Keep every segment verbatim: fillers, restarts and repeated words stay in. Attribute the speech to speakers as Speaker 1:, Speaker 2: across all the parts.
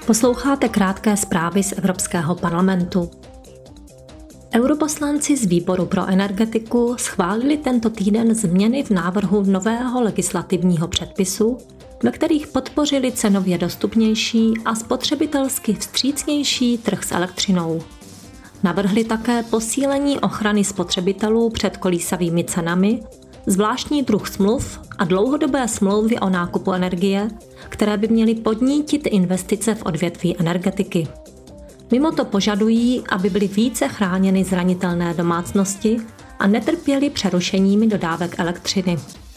Speaker 1: Posloucháte krátké zprávy z Evropského parlamentu. Europoslanci z Výboru pro energetiku schválili tento týden změny v návrhu nového legislativního předpisu, ve kterých podpořili cenově dostupnější a spotřebitelsky vstřícnější trh s elektřinou. Navrhli také posílení ochrany spotřebitelů před kolísavými cenami, zvláštní druh smluv a dlouhodobé smlouvy o nákupu energie, které by měly podnítit investice v odvětví energetiky. Mimo to požadují, aby byly více chráněny zranitelné domácnosti a netrpěly přerušeními dodávek elektřiny.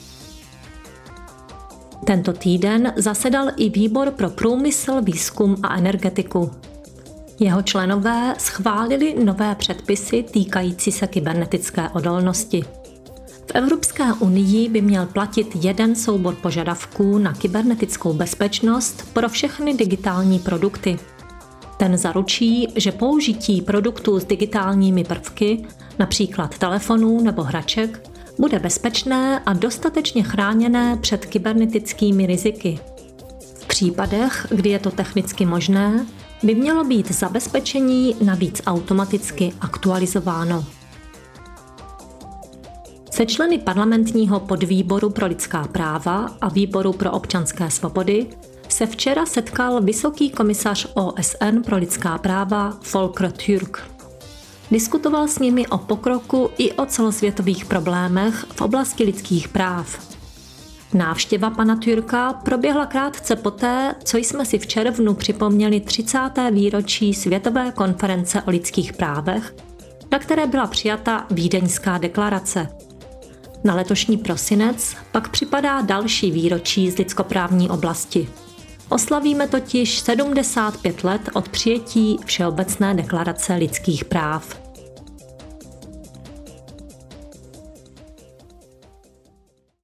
Speaker 1: Tento týden zasedal i Výbor pro průmysl, výzkum a energetiku. Jeho členové schválili nové předpisy týkající se kybernetické odolnosti. V Evropské unii by měl platit jeden soubor požadavků na kybernetickou bezpečnost pro všechny digitální produkty. Ten zaručí, že použití produktů s digitálními prvky, například telefonů nebo hraček, bude bezpečné a dostatečně chráněné před kybernetickými riziky. V případech, kdy je to technicky možné, by mělo být zabezpečení navíc automaticky aktualizováno. Se členy parlamentního podvýboru pro lidská práva a výboru pro občanské svobody se včera setkal vysoký komisař O S N pro lidská práva Volker Türk. Diskutoval s nimi o pokroku i o celosvětových problémech v oblasti lidských práv. Návštěva pana Türka proběhla krátce poté, co jsme si v červnu připomněli třicáté výročí Světové konference o lidských právech, na které byla přijata Vídeňská deklarace. Na letošní prosinec pak připadá další výročí z lidskoprávní oblasti. Oslavíme totiž sedmdesát pět let od přijetí Všeobecné deklarace lidských práv.